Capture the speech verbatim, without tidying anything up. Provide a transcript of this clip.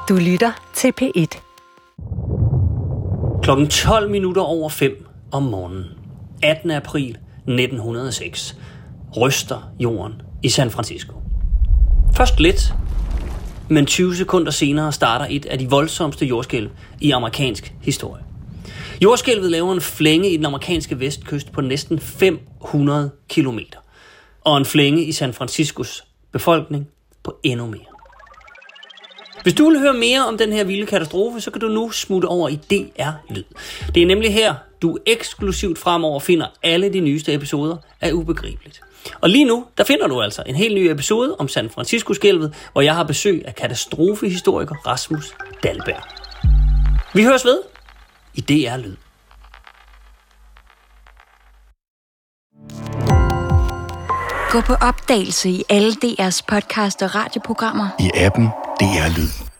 Du lytter til P et. Klokken tolv minutter over fem om morgenen, attende april nitten hundrede og seks, ryster jorden i San Francisco. Først lidt, men tyve sekunder senere starter et af de voldsomste jordskælv i amerikansk historie. Jordskælvet laver en flænge i den amerikanske vestkyst på næsten fem hundrede kilometer, og en flænge i San Franciscos befolkning på endnu mere. Hvis du vil høre mere om den her vilde katastrofe, så kan du nu smutte over i D R Lyd. Det er nemlig her, du eksklusivt fremover finder alle de nyeste episoder af Ubegribeligt. Og lige nu, der finder du altså en helt ny episode om San Francisco-skælvet, hvor jeg har besøg af katastrofehistoriker Rasmus Dahlberg. Vi høres ved i D R Lyd. Gå på opdagelse i alle D R's podcast og radioprogrammer. I appen D R Lyd.